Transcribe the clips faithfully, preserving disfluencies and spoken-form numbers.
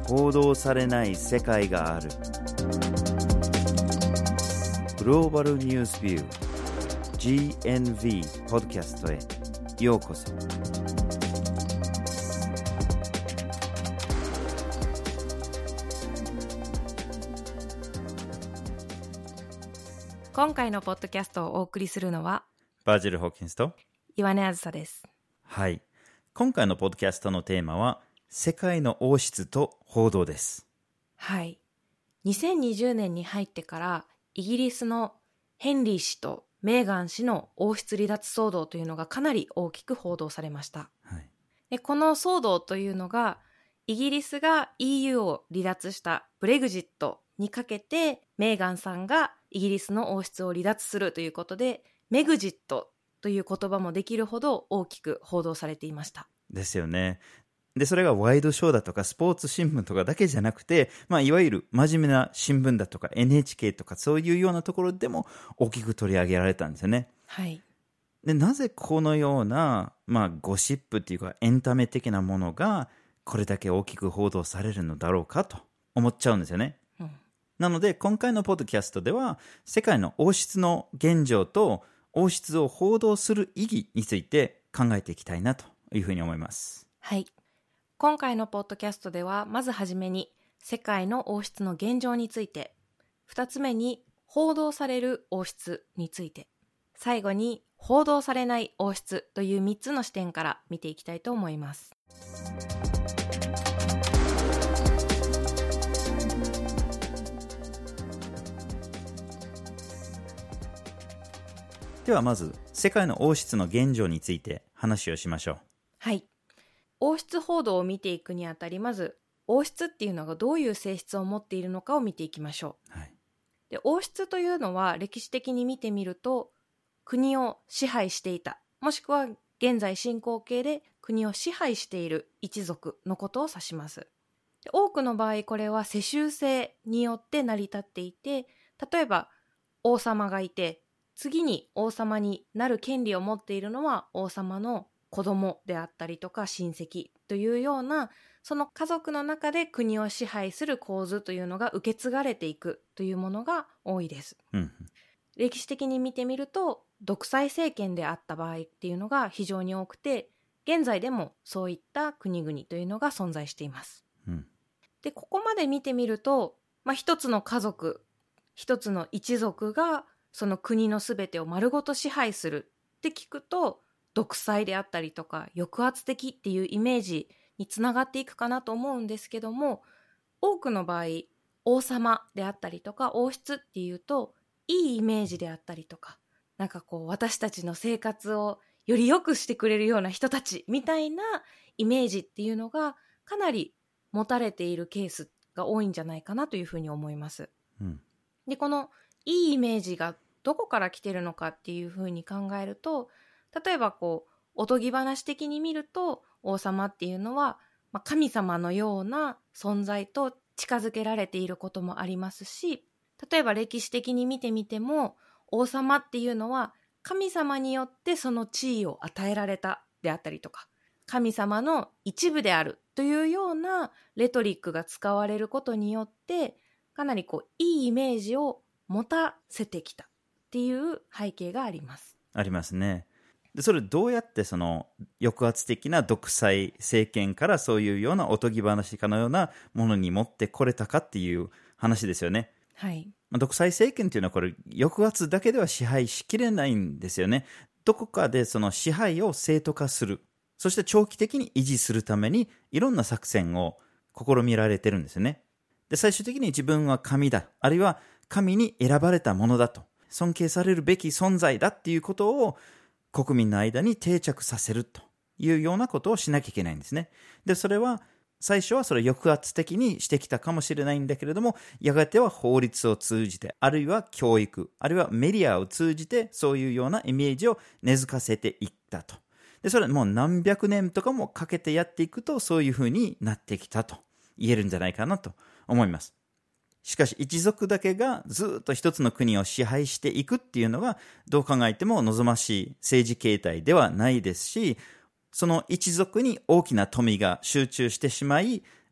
報道されない世界がある。グローバルニュースビュー ジーエヌブイ ポッドキャストへようこそ。 今回のポッドキャストをお送りするのはバジル・ホーキンスと岩根あずさです。 はい、今回のポッドキャストのテーマは世界の王室と報道です。 はい、にせんにじゅうねんに入ってからイギリスのヘンリー氏とメーガン氏の王室離脱騒動というのがかなり大きく報道されました。 はい、 でこの騒動というのがイギリスが イーユー を離脱したブレグジットにかけてメーガンさんがイギリスの王室を離脱するということでメグジットという言葉もできるほど大きく報道されていました。 ですよね。でそれがワイドショーだとかスポーツ新聞とかだけじゃなくて、まあ、いわゆる真面目な新聞だとか エヌエイチケー とかそういうようなところでも大きく取り上げられたんですよね。 はい、 でなぜこのような、まあ、ゴシップっていうかエンタメ的なものがこれだけ大きく報道されるのだろうかと思っちゃうんですよね。 うん、 なので今回のポッドキャストでは世界の王室の現状と王室を報道する意義について考えていきたいなというふうに思います。 はい、今回のポッドキャストではまずはじめに世界の王室の現状について、ふたつめに報道される王室について、最後に報道されない王室というみっつの視点から見ていきたいと思います。 ではまず世界の王室の現状について話をしましょう。 はい、王室報道を見ていくにあたり、まず王室っていうのがどういう性質を持っているのかを見ていきましょう。 はい、 で王室というのは歴史的に見てみると国を支配していた、もしくは現在進行形で国を支配している一族のことを指します。で多くの場合これは世襲制によって成り立っていて、例えば王様がいて次に王様になる権利を持っているのは王様の子供であったりとか親戚というような、その家族の中で国を支配する構図というのが受け継がれていくというものが多いです。 うん、 歴史的に見てみると独裁政権であった場合っていうのが非常に多くて、現在でもそういった国々というのが存在しています。 うん、 でここまで見てみると、まあ、一つの家族一つの一族がその国のすべてを丸ごと支配するって聞くと独裁であったりとか抑圧的っていうイメージにつながっていくかなと思うんですけども、多くの場合王様であったりとか王室っていうといいイメージであったりとか、なんかこう私たちの生活をより良くしてくれるような人たちみたいなイメージっていうのがかなり持たれているケースが多いんじゃないかなというふうに思います。 うん、 でこのいいイメージがどこから来てるのかっていうふうに考えると、例えばこうおとぎ話的に見ると王様っていうのは、まあ、神様のような存在と近づけられていることもありますし、例えば歴史的に見てみても王様っていうのは神様によってその地位を与えられたであったりとか、神様の一部であるというようなレトリックが使われることによってかなりこういいイメージを持たせてきたっていう背景があります。 ありますね。でそれどうやってその抑圧的な独裁政権からそういうようなおとぎ話かのようなものに持ってこれたかっていう話ですよね。 はい、 まあ、独裁政権っていうのはこれ抑圧だけでは支配しきれないんですよね。どこかでその支配を正当化する、そして長期的に維持するためにいろんな作戦を試みられてるんですよね。で最終的に自分は神だ、あるいは神に選ばれたものだと、尊敬されるべき存在だっていうことを国民の間に定着させるというようなことをしなきゃいけないんですね。でそれは最初はそれ抑圧的にしてきたかもしれないんだけれども、やがては法律を通じて、あるいは教育、あるいはメディアを通じてそういうようなイメージを根付かせていったと。でそれはもう何百年とかもかけてやっていくとそういうふうになってきたと言えるんじゃないかなと思います。しかし一族だけがずっと一つの国を支配していくっていうのがどう考えても望ましい政治形態ではないですし、その一族に大きな富が集中してしまい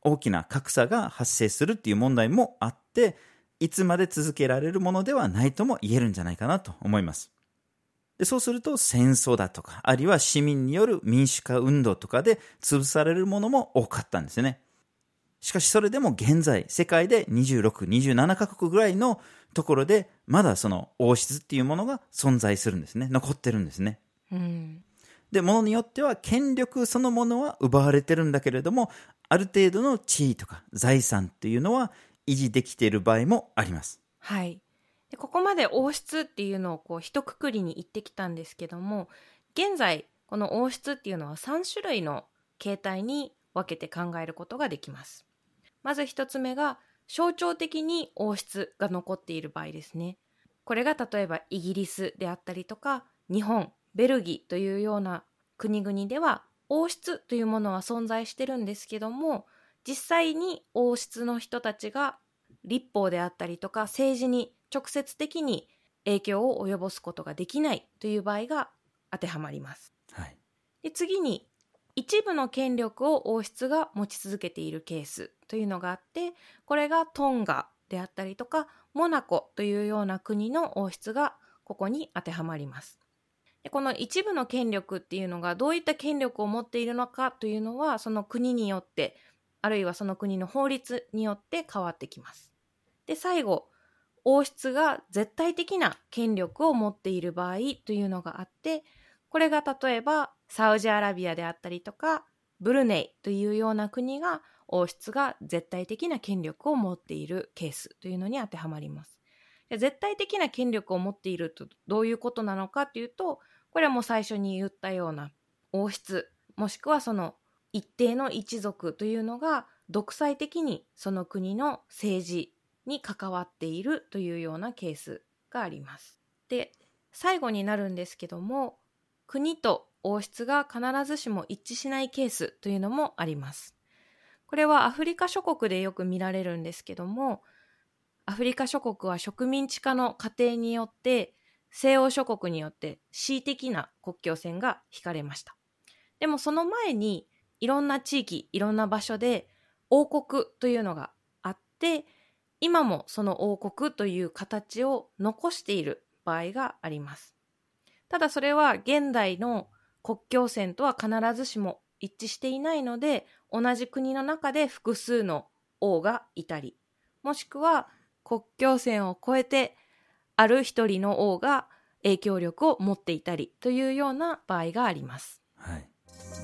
大きな格差が発生するっていう問題もあって、いつまで続けられるものではないとも言えるんじゃないかなと思います。で、そうすると戦争だとか、あるいは市民による民主化運動とかで潰されるものも多かったんですよね。しかしそれでも現在、世界でにじゅうろく、にじゅうななカ国ぐらいのところで、まだその王室っていうものが存在するんですね。残ってるんですね。 うん、 で、ものによっては権力そのものは奪われてるんだけれども、ある程度の地位とか財産っていうのは維持できている場合もあります。 はい。でここまで王室っていうのをこう一括りに言ってきたんですけども、現在この王室っていうのはさん種類の形態に分けて考えることができます。まず一つ目が象徴的に王室が残っている場合ですね。これが例えばイギリスであったりとか日本、ベルギーというような国々では王室というものは存在してるんですけども、実際に王室の人たちが立法であったりとか政治に直接的に影響を及ぼすことができないという場合が当てはまります。 はい。 で次に一部の権力を王室が持ち続けているケースというのがあって、これがトンガであったりとかモナコというような国の王室がここに当てはまります。でこの一部の権力っていうのがどういった権力を持っているのかというのは、その国によってあるいはその国の法律によって変わってきます。で最後、王室が絶対的な権力を持っている場合というのがあって、これが例えばサウジアラビアであったりとかブルネイというような国が王室が絶対的な権力を持っているケースというのに当てはまります。で絶対的な権力を持っているとどういうことなのかというと、これはもう最初に言ったような王室もしくはその一定の一族というのが独裁的にその国の政治に関わっているというようなケースがあります。で、最後になるんですけども、国と王室が必ずしも一致しないケースというのもあります。これはアフリカ諸国でよく見られるんですけども、アフリカ諸国は植民地化の過程によって西欧諸国によって恣意的な国境線が引かれました。でもその前にいろんな地域、いろんな場所で王国というのがあって、今もその王国という形を残している場合があります。ただそれは現代の国境線とは必ずしも一致していないので、同じ国の中で複数の王がいたり、もしくは国境線を越えてある一人の王が影響力を持っていたりというような場合があります。 はい。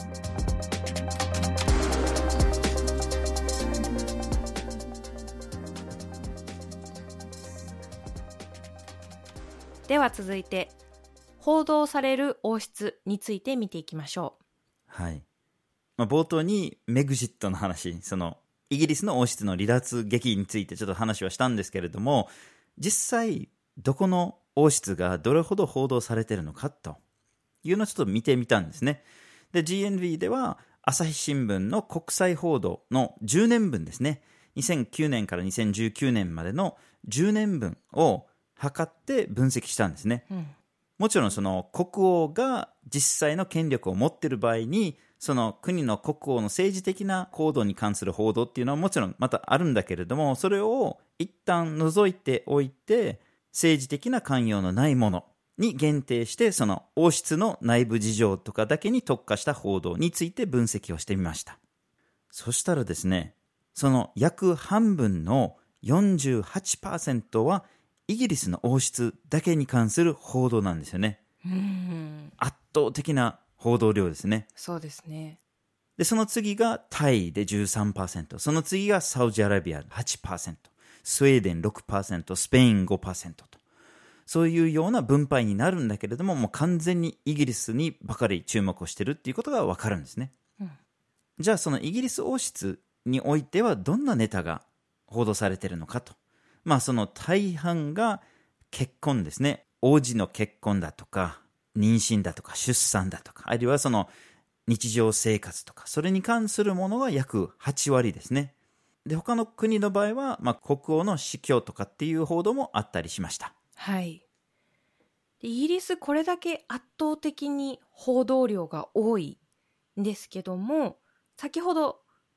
では続いて報道される王室について見ていきましょう。 はい。まあ、冒頭にメグジットの話、そのイギリスの王室の離脱劇についてちょっと話はしたんですけれども、実際どこの王室がどれほど報道されているのかというのをちょっと見てみたんですね。で ジーエヌビー では朝日新聞の国際報道のじゅうねんぶんですね、にせんきゅうねんからにせんじゅうきゅうねんまでのじゅうねんぶんを測って分析したんですね、 うん、 もちろんその国王が実際の権力を持っている場合に、その国の国王の政治的な行動に関する報道っていうのはもちろんまたあるんだけれども、それを一旦除いておいて、政治的な関与のないものに限定して、その王室の内部事情とかだけに特化した報道について分析をしてみました。そしたらですね、その約半分の よんじゅうはちパーセント はイギリスの王室だけに関する報道なんですよね。 うーん、 圧倒的な報道量ですね。 そうですね。 で、その次がタイで じゅうさんパーセント、その次がサウジアラビア はちパーセント、スウェーデン ろくパーセント、スペイン ごパーセント と、そういうような分配になるんだけれども、もう完全にイギリスにばかり注目をしているっていうことがわかるんですね、 うん、 じゃあそのイギリス王室においてはどんなネタが報道されているのかと。まあその大半が結婚ですね。王子の結婚だとか妊娠だとか出産だとか、あるいはその日常生活とか、それに関するものが約はちわりですね。で、他の国の場合は、まあ、国王の死去とかっていう報道もあったりしました。 はい。でイギリスこれだけ圧倒的に報道量が多いんですけども、先ほど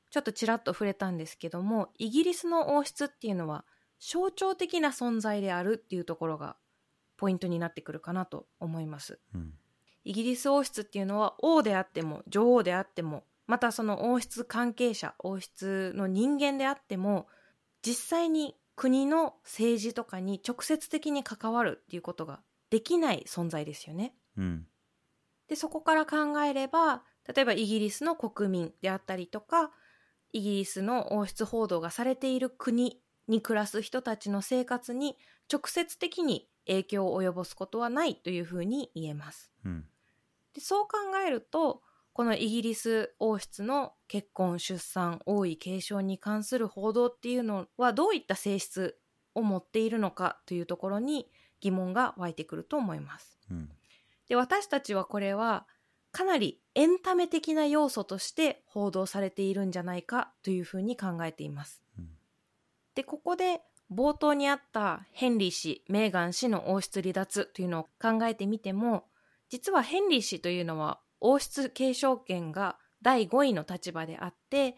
ちょっとちらっと触れたんですけども、イギリスの王室っていうのは象徴的な存在であるっていうところがポイントになってくるかなと思います、 うん、 イギリス王室っていうのは王であっても女王であっても、またその王室関係者、王室の人間であっても、実際に国の政治とかに直接的に関わるっていうことができない存在ですよね、 うん、 でそこから考えれば、例えばイギリスの国民であったりとか、イギリスの王室報道がされている国に暮らす人たちの生活に直接的に影響を及ぼすことはないというふうに言えます、 うん、 でそう考えると、このイギリス王室の結婚、出産、王位継承に関する報道っていうのはどういった性質を持っているのかというところに疑問が湧いてくると思います、 うん、 で私たちはこれはかなりエンタメ的な要素として報道されているんじゃないかというふうに考えています、 うん、 でここで冒頭にあったヘンリー氏、メーガン氏の王室離脱というのを考えてみても、実はヘンリー氏というのは王室継承権がだいごいの立場であって、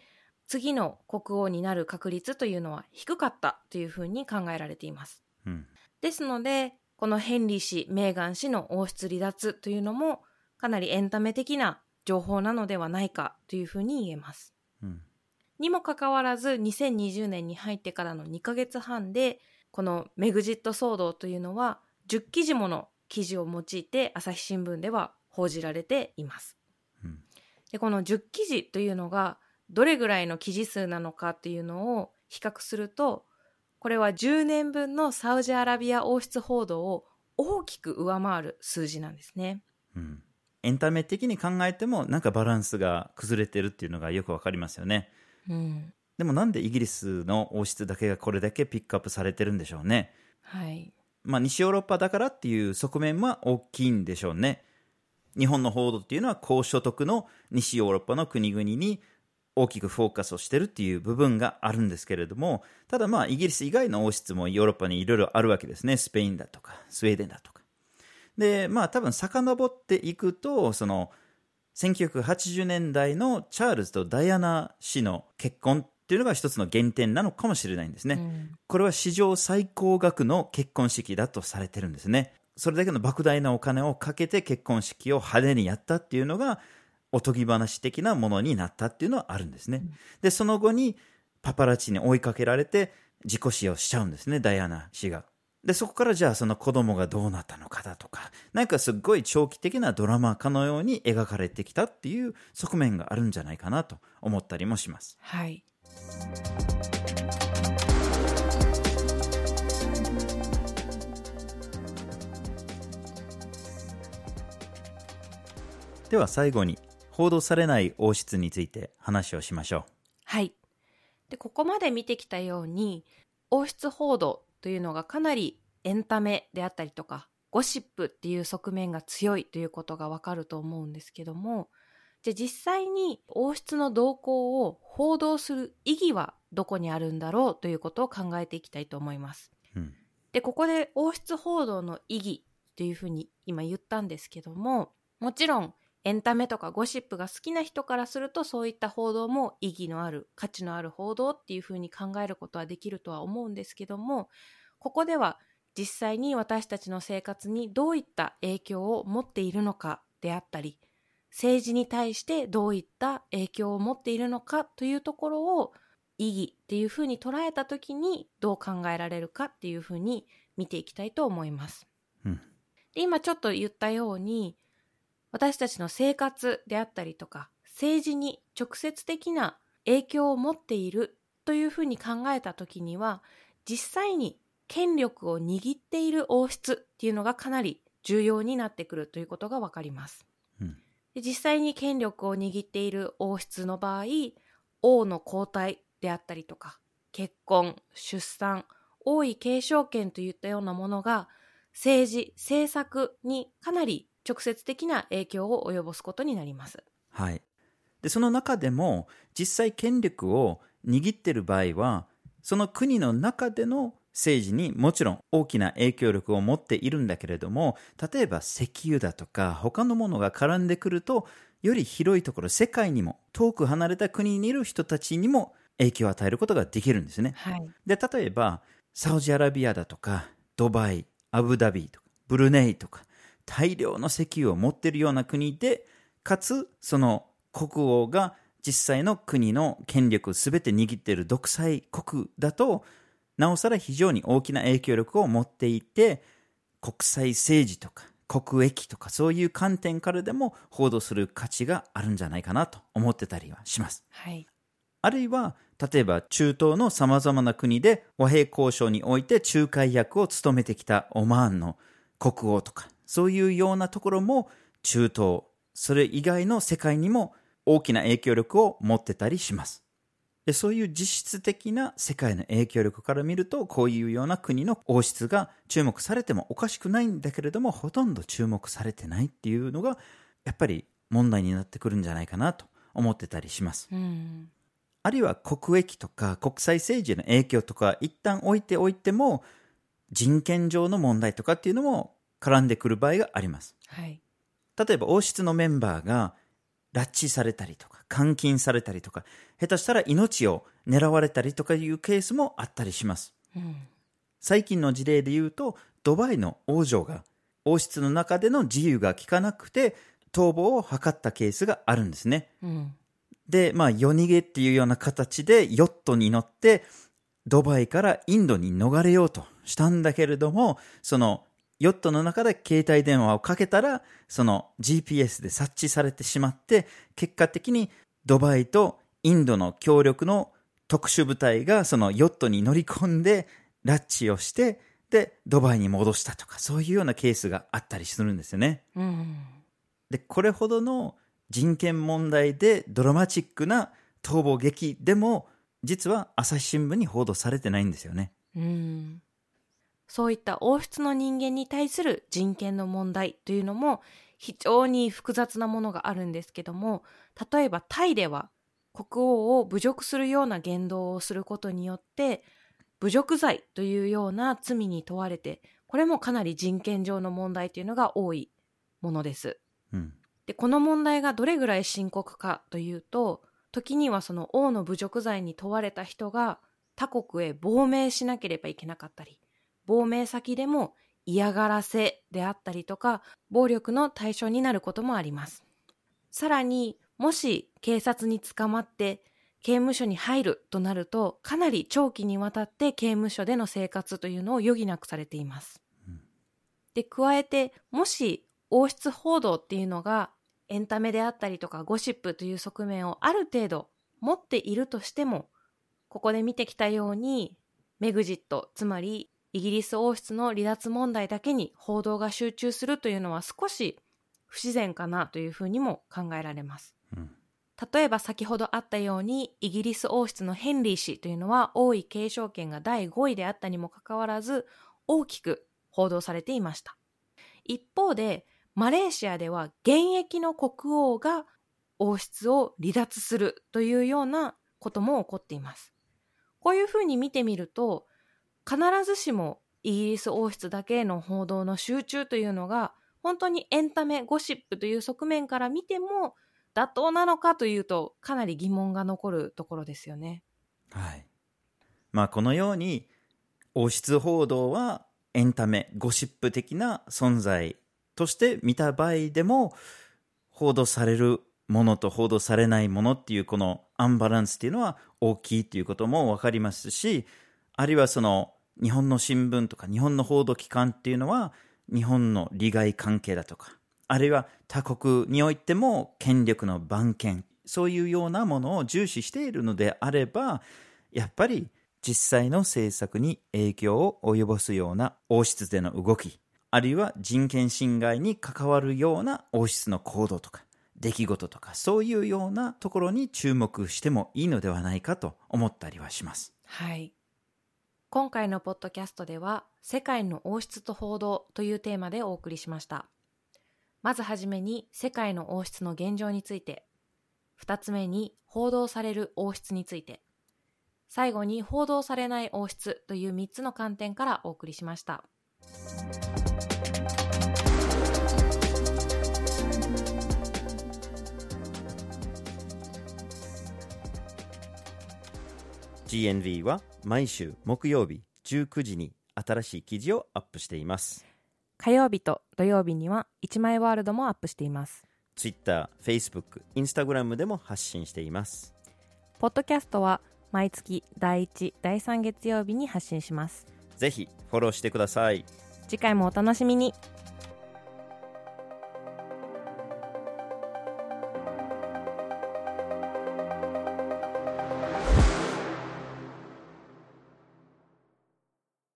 次の国王になる確率というのは低かったというふうに考えられています、 うん、 ですのでこのヘンリー氏、メーガン氏の王室離脱というのもかなりエンタメ的な情報なのではないかというふうに言えます、 うん、 にもかかわらずにせんにじゅうねんに入ってからのにかげつはんでこのメグジット騒動というのはじゅっきじもの記事を用いて朝日新聞では報じられています、 うん、 でこのじゅっきじというのがどれぐらいの記事数なのかっていうのを比較すると、これはじゅうねんぶんのサウジアラビア王室報道を大きく上回る数字なんですね、 うん、エンタメ的に考えてもなんかバランスが崩れてるっていうのがよくわかりますよね、 うん、 でもなんでイギリスの王室だけがこれだけピックアップされてるんでしょうね。 はい、 まあ西ヨーロッパだからっていう側面は大きいんでしょうね。日本の報道っていうのは高所得の西ヨーロッパの国々に大きくフォーカスをしてるっていう部分があるんですけれども、ただまあイギリス以外の王室もヨーロッパにいろいろあるわけですね。スペインだとかスウェーデンだとかで、まあ多分遡っていくと、そのせんきゅうひゃくはちじゅうねんだいのチャールズとダイアナ氏の結婚っていうのが一つの原点なのかもしれないんですね、うん、これは史上最高額の結婚式だとされてるんですね。それだけの莫大なお金をかけて結婚式を派手にやったっていうのがおとぎ話的なものになったっていうのはあるんですね、うん、でその後にパパラッチに追いかけられて自己死をしちゃうんですね、ダイアナ氏が。でそこからじゃあその子供がどうなったのかだとか、なんかすっごい長期的なドラマ化のように描かれてきたっていう側面があるんじゃないかなと思ったりもします。 はい。 では最後に報道されない王室について話をしましょう。 はい。でここまで見てきたように王室報道というのがかなりエンタメであったりとかゴシップっていう側面が強いということがわかると思うんですけども、じゃあ実際に王室の動向を報道する意義はどこにあるんだろうということを考えていきたいと思います、うん、でここで王室報道の意義というふうに今言ったんですけども、もちろんエンタメとかゴシップが好きな人からするとそういった報道も意義のある価値のある報道っていうふうに考えることはできるとは思うんですけども、ここでは実際に私たちの生活にどういった影響を持っているのかであったり、政治に対してどういった影響を持っているのかというところを意義っていうふうに捉えたときにどう考えられるかっていうふうに見ていきたいと思います、うん、で今ちょっと言ったように私たちの生活であったりとか政治に直接的な影響を持っているというふうに考えたときには、実際に権力を握っている王室っていうのがかなり重要になってくるということがわかります、うん、で実際に権力を握っている王室の場合、王の交代であったりとか結婚、出産、王位継承権といったようなものが政治、政策にかなり直接的な影響を及ぼすことになります。 はい。で、その中でも実際権力を握っている場合は、その国の中での政治にもちろん大きな影響力を持っているんだけれども、例えば石油だとか他のものが絡んでくるとより広いところ、世界にも遠く離れた国にいる人たちにも影響を与えることができるんですね。 はい。 で、例えばサウジアラビアだとかドバイ、アブダビとかブルネイとか大量の石油を持っているような国で、かつその国王が実際の国の権力をすべて握っている独裁国だと、なおさら非常に大きな影響力を持っていて、国際政治とか国益とかそういう観点からでも報道する価値があるんじゃないかなと思ってたりはします。 はい。 あるいは例えば中東のさまざまな国で和平交渉において仲介役を務めてきたオマーンの国王とか、そういうようなところも中東、それ以外の世界にも大きな影響力を持ってたりします。で、そういう実質的な世界の影響力から見ると、こういうような国の王室が注目されてもおかしくないんだけれども、ほとんど注目されてないっていうのがやっぱり問題になってくるんじゃないかなと思ってたりします。 うん。 あるいは国益とか国際政治への影響とか一旦置いておいても、人権上の問題とかっていうのも絡んでくる場合があります。 はい。 例えば王室のメンバーが拉致されたりとか監禁されたりとか、下手したら命を狙われたりとかいうケースもあったりします。 うん。 最近の事例で言うと、ドバイの王女が王室の中での自由が利かなくて逃亡を図ったケースがあるんですね。 うん。 で、まあ夜逃げっていうような形でヨットに乗ってドバイからインドに逃れようとしたんだけれども、そのヨットの中で携帯電話をかけたら、その ジーピーエス で察知されてしまって、結果的にドバイとインドの協力の特殊部隊がそのヨットに乗り込んで拉致をして、でドバイに戻したとか、そういうようなケースがあったりするんですよね。 うん。 で、これほどの人権問題でドラマチックな逃亡劇でも、実は朝日新聞に報道されてないんですよね。 うん。そういった王室の人間に対する人権の問題というのも非常に複雑なものがあるんですけども、例えばタイでは国王を侮辱するような言動をすることによって侮辱罪というような罪に問われて、これもかなり人権上の問題というのが多いものです。 うん、 で、この問題がどれぐらい深刻かというと、時にはその王の侮辱罪に問われた人が他国へ亡命しなければいけなかったり、亡命先でも嫌がらせであったりとか、暴力の対象になることもあります。さらに、もし警察に捕まって刑務所に入るとなると、かなり長期にわたって刑務所での生活というのを余儀なくされています。うん、で、加えて、もし王室報道っていうのがエンタメであったりとかゴシップという側面をある程度持っているとしても、ここで見てきたようにメグジット、つまりイギリス王室の離脱問題だけに報道が集中するというのは少し不自然かなというふうにも考えられます。うん、例えば先ほどあったようにイギリス王室のヘンリー氏というのは王位継承権がだいごいであったにもかかわらず大きく報道されていました。一方でマレーシアでは現役の国王が王室を離脱するというようなことも起こっています。こういうふうに見てみると、必ずしもイギリス王室だけへの報道の集中というのが本当にエンタメ、ゴシップという側面から見ても妥当なのかというと、かなり疑問が残るところですよね。 はい。まあこのように王室報道はエンタメ、ゴシップ的な存在として見た場合でも、報道されるものと報道されないものっていうこのアンバランスっていうのは大きいっていうことも分かりますし、あるいはその日本の新聞とか日本の報道機関っていうのは日本の利害関係だとか、あるいは他国においても権力の番権、そういうようなものを重視しているのであれば、やっぱり実際の政策に影響を及ぼすような王室での動き、あるいは人権侵害に関わるような王室の行動とか出来事とか、そういうようなところに注目してもいいのではないかと思ったりはします。 はい。今回のポッドキャストでは、世界の王室と報道というテーマでお送りしました。まずはじめに世界の王室の現状について、二つ目に報道される王室について、最後に報道されない王室というみっつの観点からお送りしました。 ジーエヌブイ は毎週木曜日じゅうくじに新しい記事をアップしています。 火曜日と土曜日には一枚ワールドもアップしています。 Twitter、Facebook、Instagram でも発信しています。 ポッドキャストは毎月だいいち、だいさん月曜日に発信します。 ぜひフォローしてください。 次回もお楽しみに。